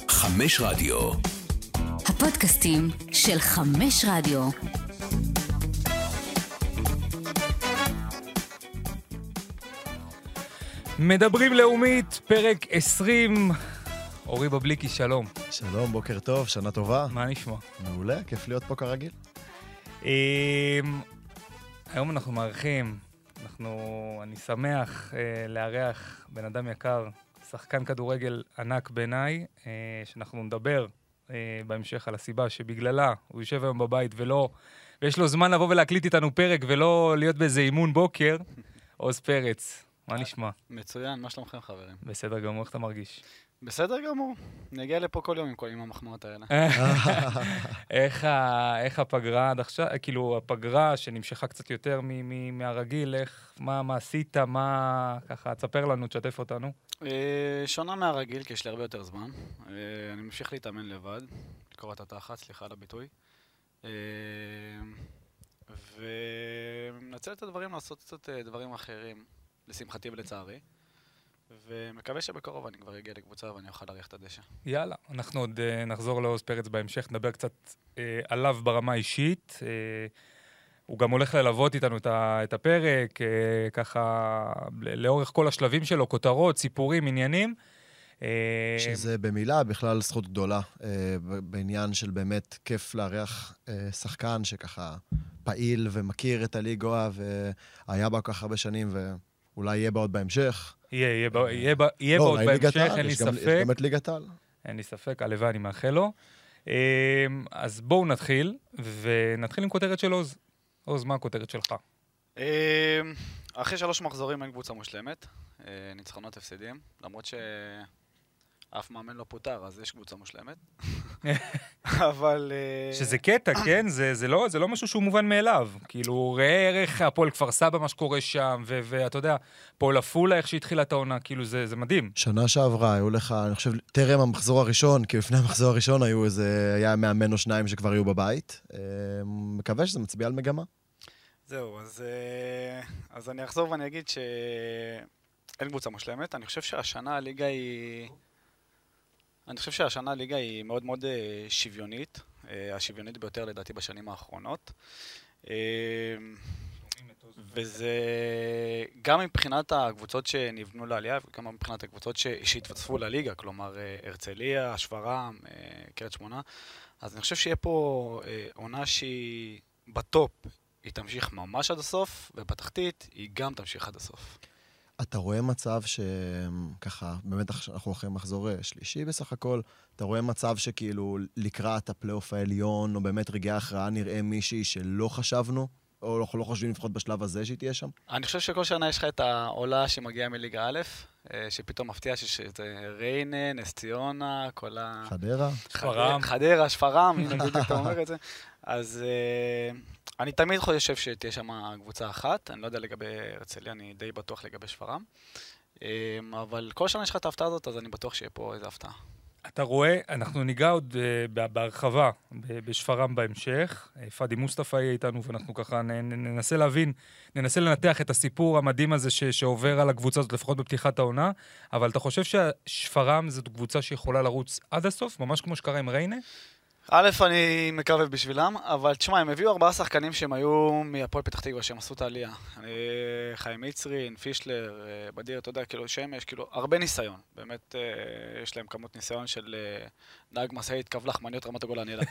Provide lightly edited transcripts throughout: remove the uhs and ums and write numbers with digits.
חמש רדיו. הפודקאסטים של חמש רדיו. מדברים לאומית, פרק 20. אורי בבליקי, שלום. שלום, בוקר טוב, שנה טובה. מה נשמע? מעולה, כיף להיות פה כרגיל. היום אנחנו מארחים, אני שמח לארח בן אדם יקר, שחקן כדורגל ענק בעיניי, שאנחנו נדבר בהמשך על הסיבה שבגללה הוא יושב היום בבית ויש לו זמן לבוא ולהקליט איתנו פרק ולא להיות באיזה אימון בוקר. עוז פרץ, מה נשמע? מצוין, מה שלומכם חברים? בסדר גמור, איך אתה מרגיש? בסדר גמור, נגיע לפה כל יום עם המחמאות האלה. איך הפגרה עד עכשיו, כאילו הפגרה שנמשכה קצת יותר מהרגיל, מה עשית, ככה, תספר לנו, תשתף אותנו. שונה מהרגיל, כי יש לי הרבה יותר זמן. אני ממשיך להתאמן לבד, לקרוא את התחת, סליחה על הביטוי. ומנצל את הדברים לעשות קצת דברים אחרים, לשמחתי ולצערי. ומקווה שבקרוב אני כבר אגיע לקבוצה ואני אוכל להריח את הדשא. יאללה, אנחנו עוד נחזור לעוז פרץ בהמשך, נדבר קצת עליו ברמה אישית. הוא גם הולך ללוות איתנו את הפרק, ככה לאורך כל השלבים שלו, כותרות, סיפורים, עניינים. שזה במילה בכלל זכות גדולה, בעניין של באמת כיף לארח שחקן שככה פעיל ומכיר את הליגה והיה בה כל כך הרבה שנים ואולי יהיה בה עוד בהמשך. יהיה בה עוד בהמשך, אין לי ספק. יש גם את ליגת העל. אין לי ספק, הלוואי, אני מאחל לו. אז בואו נתחיל, ונתחיל עם כותרת של עוז. עוז, מה הכותרת שלך? אחרי 3 מחזורים אין קבוצה מושלמת, ניצחונות הפסדים, למרות שאף מאמן לא פוטר, אז יש קבוצה מושלמת. אבל... שזה קטע, כן? זה לא משהו שהוא מובן מאליו. כאילו, ראה ערך הפועל כפר סבא, מה שקורה שם, ואתה יודע, פועל עפולה, איך שהתחילה את העונה, כאילו, זה מדהים. שנה שעברה, היו לך, אני חושב, טרם המחזור הראשון, כי לפני המחזור הראשון היה מאמן או שניים שכבר היו בבית. מקווה שזה מצביע על מגמה. זהו, אז אני אחזור ואני אגיד שאין קבוצה מושלמת. אני חושב שהשנה הליגה היא מאוד מאוד שוויונית, השוויונית ביותר לדעתי בשנים האחרונות. וזה גם מבחינת הקבוצות שנבנו לעלייה, וגם מבחינת הקבוצות שהתווספו לליגה, כלומר הרצליה, שפרעם, קריית שמונה. אז אני חושב שיהיה פה עונה שהיא בטופ, היא תמשיך ממש עד הסוף, ובתחתית היא גם תמשיך עד הסוף. אתה רואה מצב שככה, באמת אנחנו אחרי מחזור שלישי בסך הכל, אתה רואה מצב שכאילו לקראת הפלייאוף העליון, או באמת רגעי ההכרעה נראה מישהי שלא חשבנו, או לא חושבים לפחות בשלב הזה שהיא תהיה שם? אני חושב שכל שנה יש לך את העולה שמגיעה מליגה א', שפתאום מפתיע שזה ריינה, נס ציונה, כל ה... חדרה. חדרה, שפרעם, אם נגיד אתה אומר את זה. אז אני תמיד חושב שתהיה שם קבוצה אחת, אני לא יודע לגבי הרצליה, אני די בטוח לגבי שפרעם. אבל כל שנה יש לך את ההפתעה הזאת, אז אני בטוח שיהיה פה איזו הפתעה. אתה רואה, אנחנו ניגע עוד בהרחבה בשפרעם בהמשך. פאדי מוסטפא יהיה איתנו, ואנחנו ככה ננסה להבין, ננסה לנתח את הסיפור המדהים הזה שעובר על הקבוצה הזאת, לפחות בפתיחת העונה. אבל אתה חושב ששפרעם זאת קבוצה שיכולה לרוץ עד הסוף, ממש כמו שקרה עם ריינה? א', אני מקווה בשבילם, אבל תשמע, הם הביאו 4 שחקנים שהם היו מהפועל פתח תקווה, שהם עשו את העלייה. חיים יצרין, פישלר, בדיר, אתה יודע, כאילו שמש, כאילו, הרבה ניסיון. באמת, יש להם כמות ניסיון של נהג משאית, קו לחמניות רמת הגולן, ידע.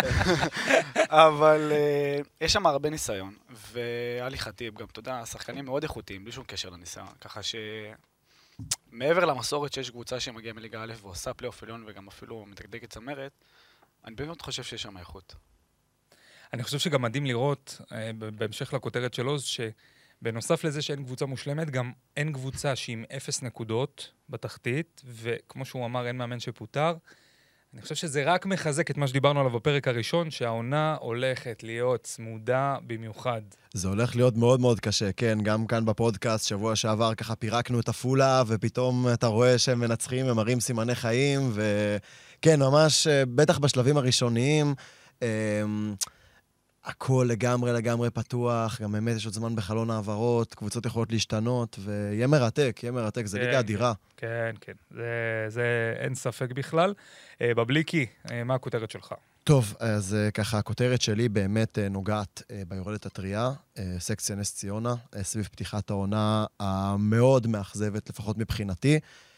אבל יש שם הרבה ניסיון, ואלי חטיב גם, אתה יודע, שחקנים מאוד איכותיים, בלי שום קשר לניסיון, ככה שמעבר למסורת שיש קבוצה שמגיעה מליגה א' ועושה פלייאוף עליון וגם אפילו מדקדקת צמרת, אני באמת חושב שיש שם איכות. אני חושב שגם מדהים לראות, בהמשך לכותרת של עוז, שבנוסף לזה שאין קבוצה מושלמת, גם אין קבוצה שהיא עם 0 נקודות בתחתית, וכמו שהוא אמר, אין מאמן שפוטר. אני חושב שזה רק מחזק את מה שדיברנו עליו בפרק הראשון, שהעונה הולכת להיות צמודה במיוחד. זה הולך להיות מאוד מאוד קשה, כן, גם כאן בפודקאסט, שבוע שעבר ככה פירקנו את עפולה, ופתאום אתה רואה שהם מנצחים ומראים סימני חיים, וכן, ממש, בטח בשלבים הראשוניים, הכל לגמרי פתוח, גם באמת יש עוד זמן בחלון העברות, קבוצות יכולות להשתנות, ויהיה מרתק, זה ליגה אדירה. כן, זה אין ספק בכלל. בבליקי, מה הכותרת שלך? טוב, אז ככה, הכותרת שלי באמת נוגעת ביורדת הטריה, סקציה נס ציונה, סביב פתיחת העונה המאוד מאכזבת, לפחות מבחינתי,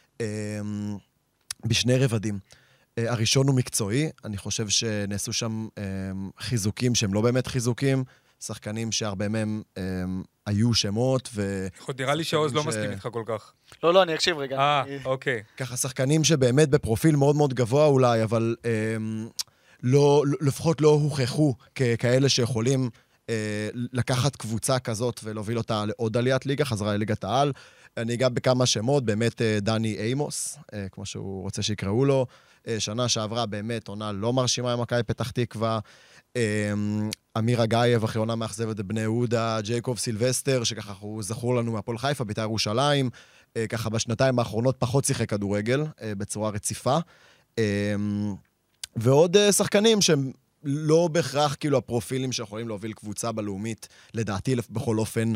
בשני רבדים. הראשון הוא מקצועי, אני חושב שנעשו שם חיזוקים שהם לא באמת חיזוקים, שחקנים שהרבה מהם היו שמות נראה לי שעוז לא מסכים איתך כל כך. לא, אני אקשיב רגע. אוקיי. ככה שחקנים שבאמת בפרופיל מאוד מאוד גבוה אולי, אבל לפחות לא הוכחו כאלה שיכולים לקחת קבוצה כזאת ולהוביל אותה לעוד עליית ליגה, חזרה לליגת העל. אני אגע בכמה שמות, באמת דני אימוס, כמו שהוא רוצה שיקראו לו, שנה שעברה באמת עונה לא מרשימה עם מכבי פתח תקווה, אמיר אגייב, אחרי עונה מאכזבת בבני יהודה, ג'ייקוב סילבסטר, שככה הוא זכור לנו מהפועל חיפה, בית"ר ירושלים, ככה בשנתיים האחרונות פחות שיחק כדורגל, בצורה רציפה. ועוד שחקנים שהם לא בהכרח כאילו הפרופילים שיכולים להוביל קבוצה בלאומית, לדעתי בכל אופן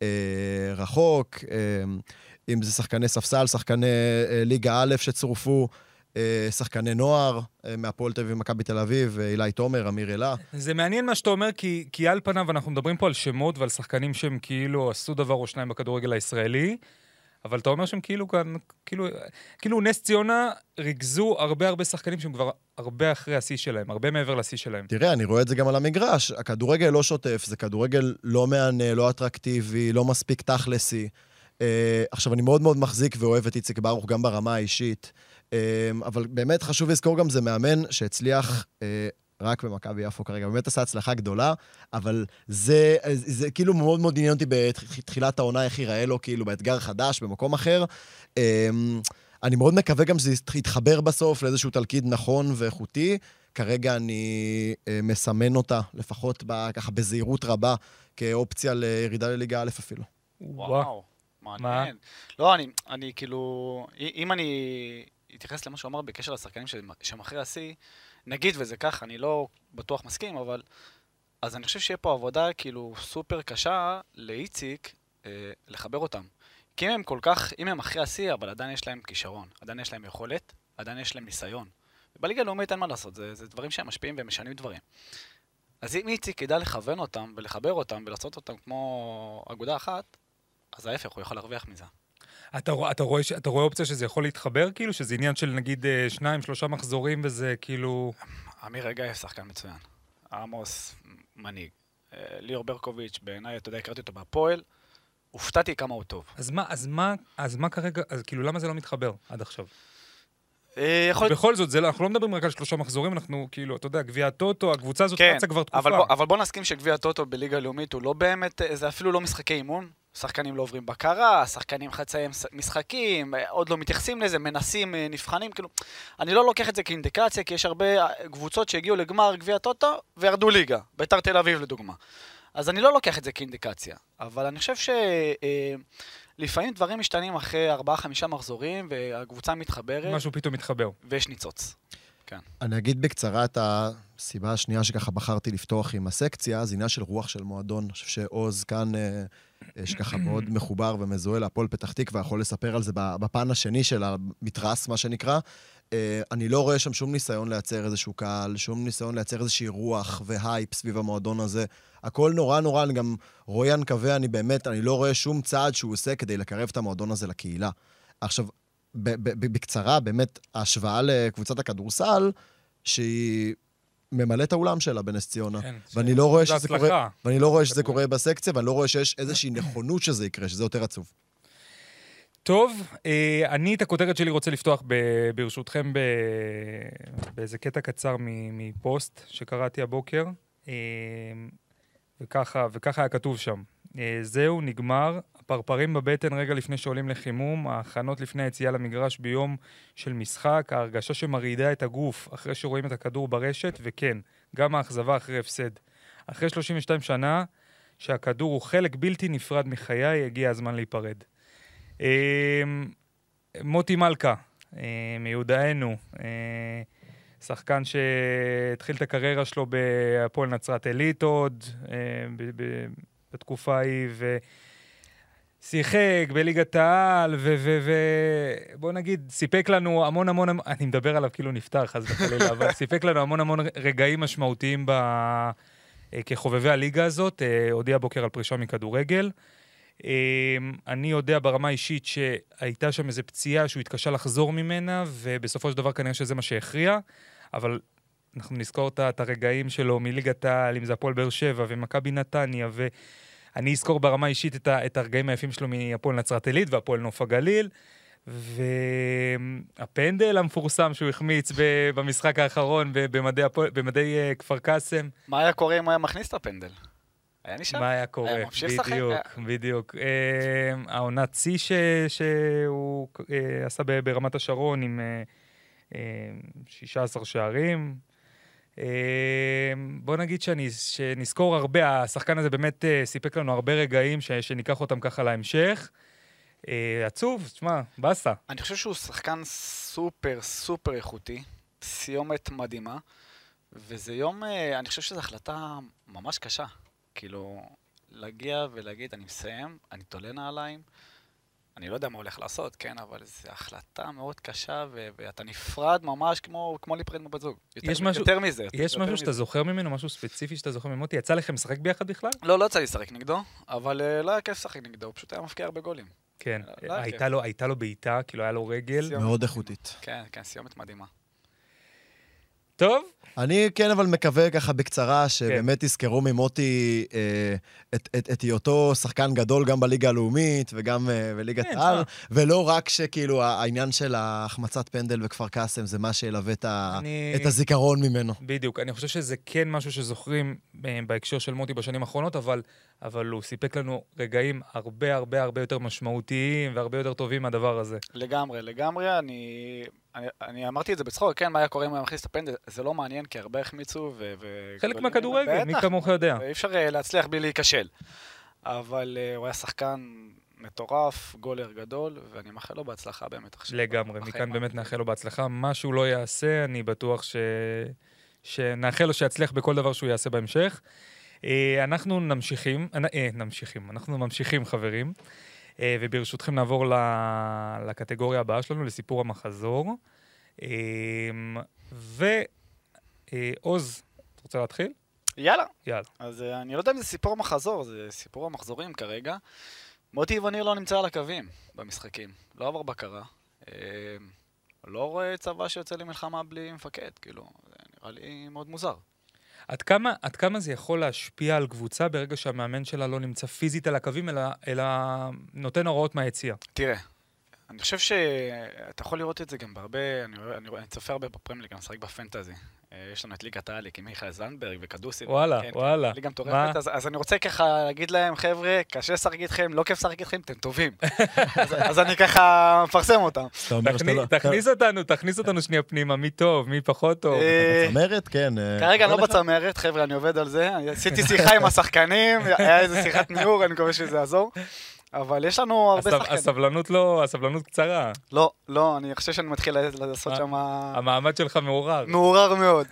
רחוק, אם זה שחקני ספסל, שחקני ליגה א' שצורפו, שחקני נוער, מהפועל תל אביב ומכבי תל אביב, אילי תומר, אמיר אלה. זה מעניין מה שאתה אומר, כי על פניו אנחנו מדברים פה על שמות ועל שחקנים שהם כאילו עשו דבר או שניים בכדורגל הישראלי, אבל אתה אומר שהם כאילו נס ציונה ריגזו הרבה שחקנים שהם כבר הרבה אחרי השיא שלהם, הרבה מעבר לשיא שלהם. תראה, אני רואה את זה גם על המגרש. הכדורגל לא שוטף, זה כדורגל לא מענה, לא אטרקטיבי, לא מספיק תכלסי. עכשיו, אני מאוד מאוד מחזיק ואוהב את איציק ברוך גם ברמה האישית, אבל באמת חשוב לזכור גם זה מאמן שהצליח רק במכבי יפו כרגע. באמת עשה הצלחה גדולה, אבל זה כאילו מאוד מאוד עניין אותי בתחילת העונה, איך ייראה לו כאילו באתגר חדש, במקום אחר. אני מאוד מקווה גם שזה יתחבר בסוף לאיזשהו תלכיד נכון ואיכותי. כרגע אני מסמן אותה, לפחות ככה בזהירות רבה, כאופציה לירידה לליגה א' אפילו. וואו, מעניין. לא, אני כאילו, אם אני אתייחס למה שהוא אמר בקשר לשחקנים שהם אחרי השיא, נגיד וזה כך, אני לא בטוח מסכים, אבל אז אני חושב שיהיה פה עבודה כאילו סופר קשה לאיציק לחבר אותם. כי אם הם אחרי השיא, אבל עדיין יש להם כישרון, עדיין יש להם יכולת, עדיין יש להם ניסיון. ובליגה הלאומית אין מה לעשות, זה דברים שהם משפיעים והם משנים דברים. אז אם איציק ידע לכוון אותם ולחבר אותם ולעשות אותם כמו אגודה אחת, אז ההפך, הוא יכול להרוויח מזה. אתה רואה אופציה שזה יכול להתחבר, כאילו? שזה עניין של נגיד 2-3 מחזורים וזה כאילו... אמיר אגייב שחקן מצוין. עמוס מנהיג. ליאור ברקוביץ', בעיניי, אתה יודע, הכרתי אותו בהפועל, הופתעתי כמה הוא טוב. אז מה כרגע, אז כאילו למה זה לא מתחבר עד עכשיו? יכול... בכל זאת, אנחנו לא מדברים רק על 3 מחזורים, אנחנו כאילו, אתה יודע, גביע הטוטו, הקבוצה הזאת רצה כבר תקופה. אבל בוא נסכים שגביע הטוטו בליגה הלאומית הוא לא באמת, זה אפילו לא משחקי אימון. שחקנים לא עוברים בקרה, שחקנים חצאי משחקים, עוד לא מתייחסים לזה, מנסים, נבחנים, כאילו, אני לא לוקח את זה כאינדיקציה, כי יש הרבה קבוצות שהגיעו לגמר גביע הטוטו וירדו ליגה, בית"ר תל אביב לדוגמה. אז אני לא לוקח את זה כאינדיקציה, אבל אני חושב שלפעמים דברים משתנים אחרי 4-5 מחזורים, והקבוצה מתחברת. משהו פתאום מתחבר. ויש ניצוץ. כן. אני אגיד בקצרה את הסיבה השנייה שככה בחרתי לפתוח עם הסקציה, זה עניין של רוח של מועדון. אני חושב שעוז כאן, שככה מאוד מחובר ומזוהה להפועל פתח תקווה, יכול לספר על זה בפן השני של המתרס, מה שנקרא. אני לא רואה שם שום ניסיון לייצר איזשהו קהל, שום ניסיון לייצר איזושהי רוח והייפ סביב המועדון הזה. הכל נורא, אני גם רואה ינקווה, אני לא רואה שום צעד שהוא עושה כדי לקרב את המועדון הזה לקהילה. עכשיו, בקצרה, באמת, ההשוואה לקבוצת הכדורסל, שהיא ממלאת האולם שלה בנס ציונה. ואני לא רואה שזה קורה בסקציה, ואני לא רואה שיש איזושהי נכונות שזה יקרה, שזה יותר עצוב. טוב, אני את הכותרת שלי רוצה לפתוח ברשותכם באיזה קטע קצר מפוסט שקראתי הבוקר, וככה היה כתוב שם. זהו, נגמר, הפרפרים בבטן רגע לפני שעולים לחימום, ההכנות לפני היציאה למגרש ביום של משחק, ההרגשה שמרעידה את הגוף אחרי שרואים את הכדור ברשת, וכן, גם האכזבה אחרי הפסד. אחרי 32 שנה, שהכדור הוא חלק בלתי נפרד מחיי, הגיע הזמן להיפרד. מוטי מלכה, מיודענו, שחקן שהתחיל את הקריירה שלו בהפועל נצרת עילית עוד, בתקופה ההיא, שיחק בליגת העל, ובוא נגיד, סיפק לנו המון, אני מדבר עליו כאילו נפטר, חס וחלילה, אבל סיפק לנו המון רגעים משמעותיים כחובבי הליגה הזאת, הודיע בוקר על פרישה מכדורגל. אני יודע ברמה אישית שהייתה שם איזו פציעה שהוא התקשה לחזור ממנה, ובסופו של דבר כנראה שזה מה שהכריע, אבל אנחנו נזכור את הרגעים שלו מליגת העל, אם זה הפועל באר שבע ומכבי נתניה, אני אזכור ברמה אישית את הרגעים היפים שלו מהפועל נצרת עילית והפועל נוף הגליל, והפנדל המפורסם שהוא החמיץ במשחק האחרון במדי כפר קאסם. מה היה קורה אם הוא היה מכניס את הפנדל? היה נשאר? מה היה קורה? בדיוק. העונת צי שהוא עשה ברמת השרון עם 16 שערים. בוא נגיד שנזכור הרבה, השחקן הזה באמת סיפק לנו הרבה רגעים שניקח אותם ככה להמשך. עצוב, תשמע, בסה. אני חושב שהוא שחקן סופר איכותי, סיומת מדהימה, וזה יום, אני חושב שזו החלטה ממש קשה. כאילו, להגיע ולהגיד, אני מסיים, אני תולה נעליים, אני לא יודע מה הולך לעשות, כן, אבל זו החלטה מאוד קשה, ואתה נפרד ממש כמו להיפרד מבת זוג. יותר מזה. יש משהו שאתה זוכר ממנו, משהו ספציפי שאתה זוכר ממוטי? יצא לכם לשחק ביחד בכלל? לא יצא לי לשחק נגדו, אבל לא היה כיף לשחק נגדו, הוא פשוט היה מפקיע הרבה גולים. כן, הייתה לו בעיטה, כאילו היה לו רגל. מאוד איכותית. כן, סיומת מדהימה. טוב. אני כן אבל מקווה ככה בקצרה שבאמת תזכרו ממוטי את היותו שחקן גדול גם בליגה הלאומית וגם בליגת העל, ולא רק שכאילו העניין של ההחמצת פנדל בכפר קאסם זה מה שילווה את הזיכרון ממנו. בדיוק, אני חושב שזה כן משהו שזוכרים בהקשר של מוטי בשנים האחרונות, אבל הוא סיפק לנו רגעים הרבה יותר משמעותיים והרבה יותר טובים מהדבר הזה. לגמרי, אני אמרתי את זה בצחוק, כן, מה היה קורה אם הוא מכניס את הפנדל, זה לא מעניין, כי הרבה החמיצו חלק מהכדורגל, מי כמוך יודע. אי אפשר להצליח בלי להיכשל. אבל הוא היה שחקן מטורף, גולר גדול, ואני מאחל לו בהצלחה באמת עכשיו. לגמרי, מכאן באמת נאחל לו בהצלחה. מה שהוא לא יעשה, אני בטוח שנאחל לו שיצליח בכל דבר שהוא יעשה בהמשך. אנחנו ממשיכים חברים, וברשותכם נעבור לקטגוריה הבאה שלנו, לסיפור המחזור. ועוז, אתה רוצה להתחיל? יאללה. אז אני לא יודע אם זה סיפור המחזור, זה סיפור המחזורים כרגע. מוטי וניר לא נמצא על הקווים במשחקים, לא עבר בקרה. לא רואה צבא שיוצא למלחמה בלי מפקד, כאילו, זה נראה לי מאוד מוזר. עד כמה זה יכול להשפיע על קבוצה ברגע שהמאמן שלה לא נמצא פיזית על הקווים, אלא נותן הוראות מהיציאה? תראה, אני חושב שאתה יכול לראות את זה גם בהרבה, אני צופה הרבה בפרמייר ליג, אני משחק בפנטזי. יש לנו את ליגת העל עם מיכאל זנדברג וקדוסי. וואלה. ליגה מטורפת, אז אני רוצה ככה להגיד להם, חבר'ה, קשה לשחק איתכם, לא כיף לשחק איתכם, אתם טובים. אז אני ככה מפרסם אותם. תכניס אותנו שנייה פנימה, מי טוב, מי פחות טוב. בצמרת, כן. כרגע אני לא בצמרת, חבר'ה, אני עובד על זה. עשיתי שיחה עם השחקנים, היה איזה שיחת ניהור, אני מקווה שזה יעזור. אבל יש לנו הרבה שחקנים. הסבלנות קצרה. לא, אני חושב שאני מתחיל לעשות שם... המעמד שלך מעורר. מעורר מאוד.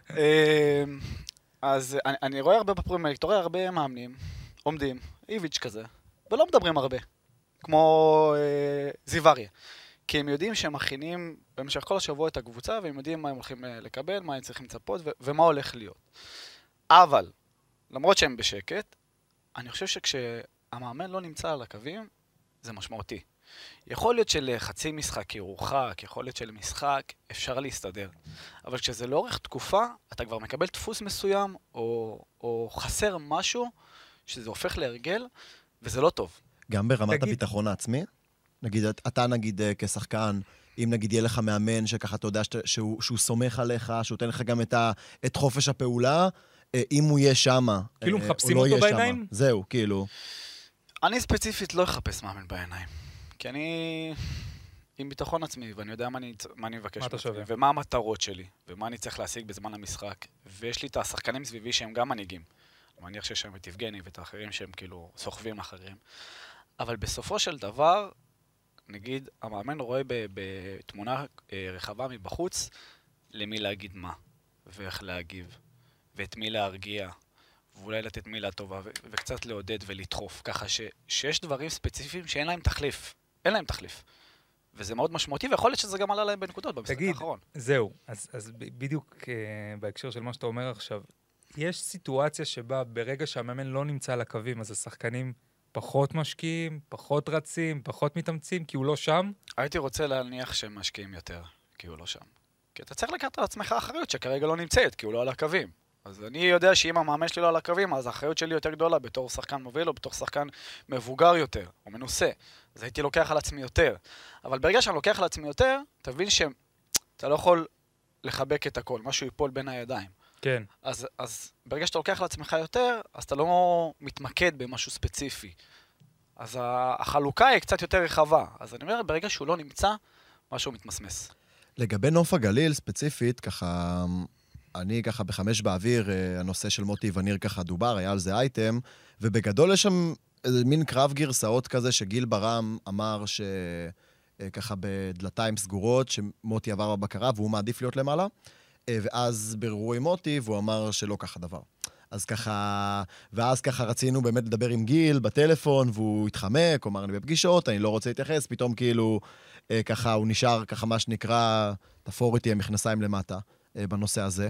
אז אני רואה הרבה בפרמייר ליג, אתה רואה הרבה מאמנים, עומדים, איביץ' כזה, ולא מדברים הרבה, כמו זיווריה. כי הם יודעים שהם מכינים במשך כל השבוע את הקבוצה, והם יודעים מה הם הולכים לקבל, מה הם צריכים לצפות, ומה הולך להיות. אבל, למרות שהם בשקט, אני חושב המאמן לא נמצא על הקווים, זה משמעותי. יכול להיות שלחצי משחק ירוחק, יכול להיות שלמשחק אפשר להסתדר. אבל כשזה לאורך תקופה, אתה כבר מקבל דפוס מסוים, או חסר משהו, שזה הופך להרגל, וזה לא טוב. גם ברמת הביטחון העצמי? נגיד, אתה נגיד כשחקן, אם נגיד יהיה לך מאמן שככה אתה יודע שהוא סומך עליך, שהוא תן לך גם את חופש הפעולה, אם הוא יהיה שמה, כאילו מחפשים אותו בעיניים? זהו, כאילו... אני ספציפית לא אחפש מאמן בעיניים, כי אני עם ביטחון עצמי, ואני יודע מה אני מבקש מעצמי, ומה המטרות שלי, ומה אני צריך להשיג בזמן המשחק, ויש לי את השחקנים סביבי שהם גם מנהיגים. אני מניח שיש שם את יבגני ואת האחרים שהם כאילו סוחבים אחרים. אבל בסופו של דבר, נגיד, המאמן רואה בתמונה רחבה מבחוץ, למי להגיד מה, ואיך להגיב, ואת מי להרגיע, ואולי לתת מילה טובה, וקצת לעודד ולדחוף, ככה שיש דברים ספציפיים שאין להם תחליף. אין להם תחליף. וזה מאוד משמעותי, ויכול להיות שזה גם עלה להם בנקודות במשחק האחרון. זהו, אז בדיוק בהקשר של מה שאתה אומר עכשיו, יש סיטואציה שבה ברגע שהמאמן לא נמצא על הקווים, אז השחקנים פחות משקיעים, פחות רצים, פחות מתאמצים, כי הוא לא שם. הייתי רוצה להניח שהם משקיעים יותר, כי הוא לא שם. כי אתה צריך לקחת על עצמך אחריות שכרגע לא נמצאת, כי הוא לא על הקווים. אז אני יודע שאם המאמן שלי לא על הקווים, אז האחריות שלי יותר גדולה בתור שחקן מוביל או בתור שחקן מבוגר יותר, או מנוסה. אז הייתי לוקח על עצמי יותר. אבל ברגע שאני לוקח על עצמי יותר, תבין שאתה לא יכול לחבק את הכל, משהו ייפול בין הידיים. כן. אז ברגע שאתה לוקח על עצמך יותר, אז אתה לא מתמקד במשהו ספציפי. אז החלוקה היא קצת יותר רחבה. אז אני אומר, ברגע שהוא לא נמצא, משהו מתמסמס. לגבי נוף הגליל ספציפית, ככה, אני ככה בחמש באוויר, הנושא של מוטי וניר ככה דובר, היה על זה אייטם, ובגדול יש שם מין קרב גרסאות כזה שגיל ברם אמר שככה בדלתיים סגורות, שמוטי עבר בבקרה והוא מעדיף להיות למעלה, ואז בררו עם מוטי והוא אמר שלא ככה דבר. אז ככה, ואז ככה רצינו באמת לדבר עם גיל בטלפון, והוא התחמק, הוא אמר אני בפגישות, אני לא רוצה להתייחס, פתאום כאילו ככה הוא נשאר ככה מה שנקרא, תפור איתי המכנסיים למטה בנושא הזה.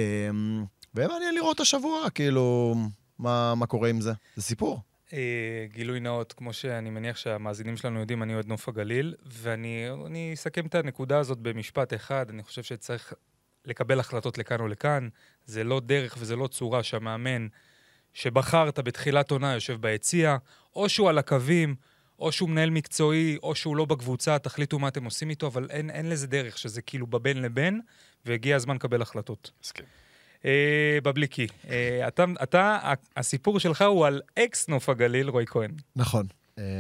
ומעניין לראות השבוע, כאילו, מה קורה עם זה? זה סיפור. גילוי נאות, כמו שאני מניח שהמאזינים שלנו יודעים, אני אוהד נוף הגליל, ואני אסכם את הנקודה הזאת במשפט אחד, אני חושב שצריך לקבל החלטות לכאן או לכאן, זה לא דרך וזה לא צורה שהמאמן שבחרת בתחילת עונה יושב ביציע, או שהוא על הקווים, או שהוא מנהל מקצועי, או שהוא לא בקבוצה, תחליטו מה אתם עושים איתו, אבל אין לזה דרך שזה כאילו בבין לבין, והגיע הזמן לקבל החלטות. מסכים. בבליקי, אתה, הסיפור שלך הוא על אקס נוף הגליל, רועי כהן. נכון.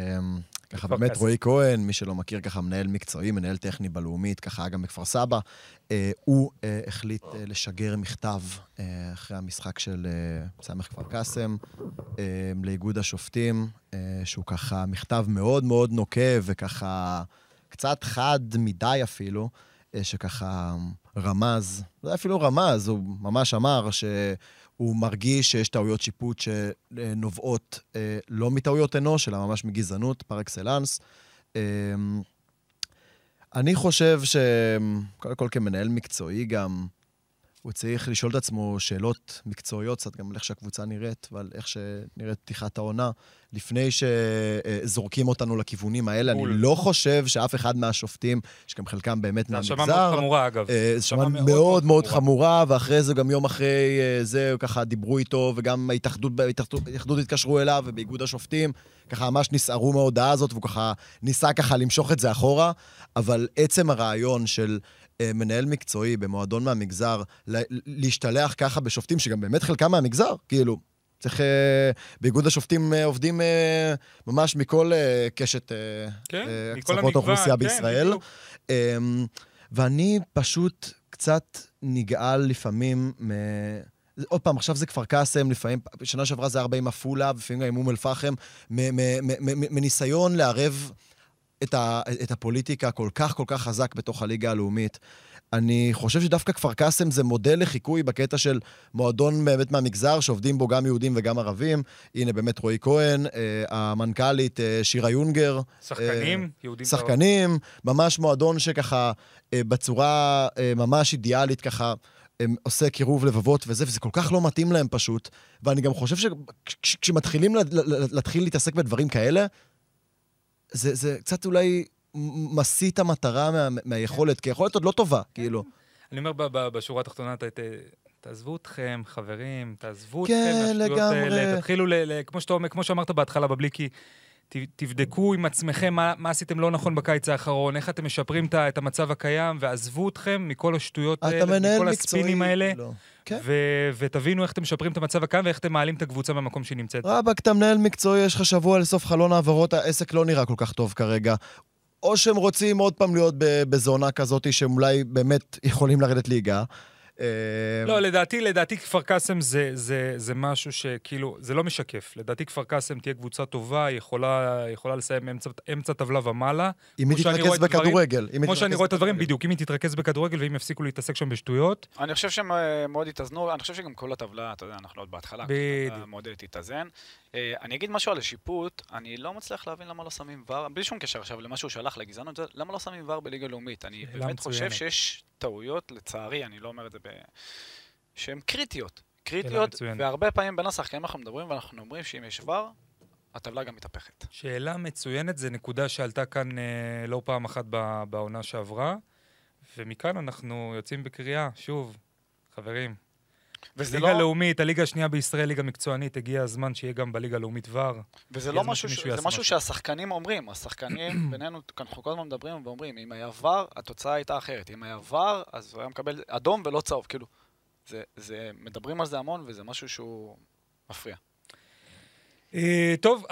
ככה באמת רועי כהן, מי שלא מכיר ככה מנהל מקצועי, מנהל טכני בלאומית, ככה גם בכפר סבא, הוא החליט לשגר מכתב אחרי המשחק של סמך כפר קאסם, לאיגוד השופטים, שהוא ככה מכתב מאוד מאוד נוקב וככה קצת חד מדי אפילו, שככה רמז, זה אפילו רמז, הוא ממש אמר שהוא מרגיש שיש טעויות שיפוט שנובעות לא מטעויות אנוש, אלא ממש מגזענות, פר אקסלנס. אני חושב שקודם כל כמנהל מקצועי גם, הוא צריך לשאול את עצמו שאלות מקצועיות, קצת גם על איך שהקבוצה נראית, ועל איך שנראית פתיחת העונה, לפני שזורקים אותנו לכיוונים האלה. אני לא חושב שאף אחד מהשופטים, שגם חלקם באמת מהמגזר, זה שמע מאוד חמורה אגב. זה שמע מאוד מאוד חמורה, ואחרי זה גם יום אחרי זה ככה דיברו איתו, וגם ההתאחדות התקשרו אליו, ובאיגוד השופטים, ככה ממש נסערו מההודעה הזאת, והוא ככה ניסה ככה למשוך את זה אחורה, אבל עצם הרעיון של מנהל מקצועי במועדון מהמגזר, להשתלח ככה בשופטים, שגם באמת חלקם מהמגזר, כאילו, צריך, באיגוד השופטים עובדים ממש מכל קשת קצוות האוכלוסייה בישראל. ואני פשוט קצת נגעל לפעמים עוד פעם, עכשיו זה כפר קאסם, לפעמים, שנה שעברה זה 40 אפולה, ולפעמים גם עם אום אל-פחם, מניסיון לערב את הפוליטיקה כל כך חזק בתוך הליגה הלאומית. אני חושב שדווקא כפר קאסם זה מודל לחיקוי בקטע של מועדון באמת מהמגזר, שעובדים בו גם יהודים וגם ערבים. הנה באמת רועי כהן, המנכ"לית שירה יונגר. שחקנים, יהודים. שחקנים, ממש מועדון שככה בצורה ממש אידיאלית ככה, עושה קירוב לבבות וזה כל כך לא מתאים להם פשוט. ואני גם חושב שכשמתחילים להתחיל להתעסק בדברים כאלה, זה קצת אולי מסית את המטרה מהיכולת, כי היכולת עוד לא טובה, כאילו. אני אומר בשורה התחתונה, תעזבו אתכם, חברים, תעזבו אתכם מהשטויות האלה, תתחילו, כמו שאמרת בהתחלה בבליקי, תבדקו עם עצמכם מה עשיתם לא נכון בקיץ האחרון, איך אתם משפרים את המצב הקיים, ועזבו אתכם מכל השטויות האלה, מכל הספינים האלה, ותבינו איך אתם משפרים את המצב הקיים, ואיך אתם מעלים את הקבוצה במקום שהיא נמצאת. רבק, אתה מנהל מקצועי, יש לך שבוע לסוף חלון העברות, העסק לא נראה כל כך טוב כרגע. או שהם רוצים עוד פעם להיות בזונה כזאת, שהם אולי באמת יכולים לרדת ליגה, לא, לדעתי כפר קאסם זה משהו שכאילו, זה לא משקף. לדעתי כפר קאסם תהיה קבוצה טובה, היא יכולה לסיים אמצע טבלה ומעלה. אם היא תתרכז בכדורגל. כמו שאני רואה את הדברים, בדיוק, אם היא תתרכז בכדורגל ואם יפסיקו להתעסק שם בשטויות. אני חושב שהם מאוד יתאזנו, אני חושב שגם כל הטבלה, אתה יודע, אנחנו עוד בהתחלה, מאוד תתאזן. אני אגיד משהו על השיפוט, אני לא מצליח להבין למה לא שמים ור, בלי שום קשר עכשיו למה שהוא שלח לגזענות, למה לא שמים ור בליגה לאומית? אני באמת חושב שיש טעויות, לצערי, אני לא אומר את זה שהן קריטיות, והרבה פעמים בין השחקנים אנחנו מדברים, ואנחנו אומרים שאם יש ור, הטבלה גם מתהפכת. שאלה מצוינת, זה נקודה שעלתה כאן לא פעם אחת בעונה שעברה, ומכאן אנחנו יוצאים בקריאה, שוב, חברים. ליגה לאומית, הליגה השנייה בישראל, ליגה מקצוענית, הגיע הזמן שיהיה גם בליגה לאומית ור. וזה לא משהו, זה משהו שהשחקנים אומרים, השחקנים בינינו, אנחנו כל הזמן מדברים ואומרים, אם היה ור, התוצאה הייתה אחרת. אם היה ור, אז הוא היה מקבל אדום ולא צהוב, כאילו. מדברים על זה המון, וזה משהו שהוא מפריע. טוב,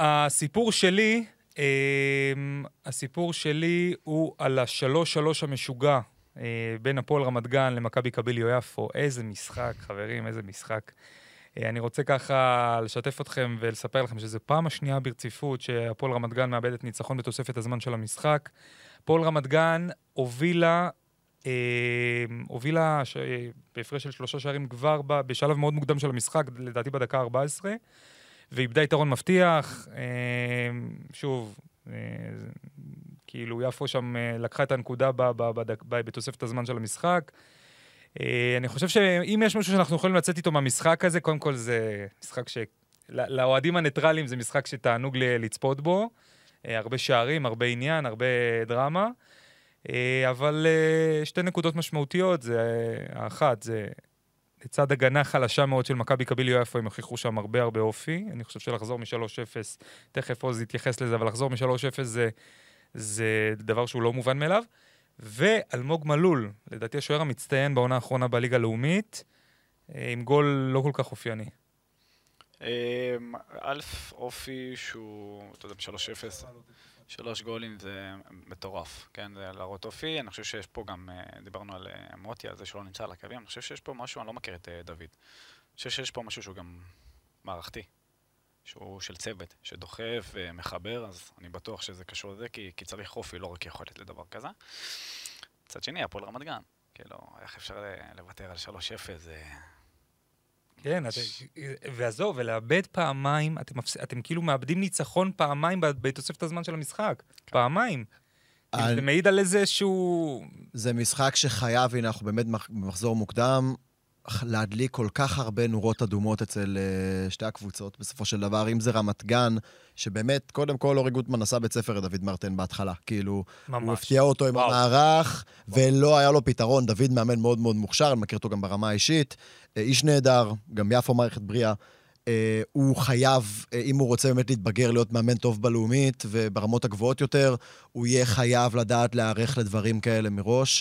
הסיפור שלי הוא על 3-3 המשוגע. בין הפועל רמת גן למכבי קביליו יפו. איזה משחק, חברים, איזה משחק. אני רוצה ככה לשתף אתכם ולספר לכם שזו פעם השנייה ברציפות שהפועל רמת גן מאבדת ניצחון בתוספת הזמן של המשחק. הפועל רמת גן הובילה בהפרש של 3 שערים כבר בשלב מאוד מוקדם של המשחק, לדעתי בדקה 14, ואיבדה יתרון מבטיח. שוב, כאילו יפו שם לקחה את הנקודה בתוספת הזמן של המשחק. אני חושב שאם יש משהו שאנחנו יכולים לצאת איתו מהמשחק הזה, קודם כל זה משחק לאוהדים הניטרליים זה משחק שתענוג לצפות בו. הרבה שערים, הרבה עניין, הרבה דרמה. אבל שתי נקודות משמעותיות, האחת זה לצד הגנה חלשה מאוד של מכבי קביליו יפו, הם הוכיחו שם הרבה אופי. אני חושב שלחזור מ-3-0, תכף עוז יתייחס לזה, אבל לחזור מ-3-0 זה דבר שהוא לא מובן מאליו. ואלמוג מלול, לדעתי השוער המצטיין בעונה האחרונה בליגה הלאומית, עם גול לא כל כך אופייני. אלף אופי שהוא, אתה יודע, 3-0, 3 גולים זה מטורף, כן, זה להראות אופי. אני חושב שיש פה גם, דיברנו על מוטי, על זה שלא נמצא על הקווים, אני חושב שיש פה משהו, אני לא מכיר את דוד, אני חושב שיש פה משהו שהוא גם מערכתי, שהוא של צוות, שדוחף ומחבר, אז אני בטוח שזה קשור לזה, כי צריך אופי, לא רק יכולת לדבר כזה. מצד שני, הפועל רמת גן, כאילו, איך אפשר לוותר על 3-0, זה... כן, ועזוב, ולאבד פעמיים, אתם כאילו מאבדים ניצחון פעמיים בתוספת הזמן של המשחק. פעמיים. זה מעיד על איזה שהוא... זה משחק שחייב, הנה, אנחנו באמת במחזור מוקדם, להדליק כל כך הרבה נורות אדומות אצל שתי הקבוצות, בסופו של דבר, אם זה רמת גן, שבאמת, קודם כל, אורי גוטמן עשה בית ספר לדוד מרטן בהתחלה. כאילו, הוא הפתיע אותו עם המערך, ולא היה לו פתרון. דוד מאמן מאוד מאוד מוכשר, אני מכיר אותו גם ברמה האישית. איש נהדר, גם יפו מערכת בריאה. הוא חייב, אם הוא רוצה באמת להתבגר, להיות מאמן טוב בלאומית, וברמות הגבוהות יותר, הוא יהיה חייב לדעת להערך לדברים כאלה מראש.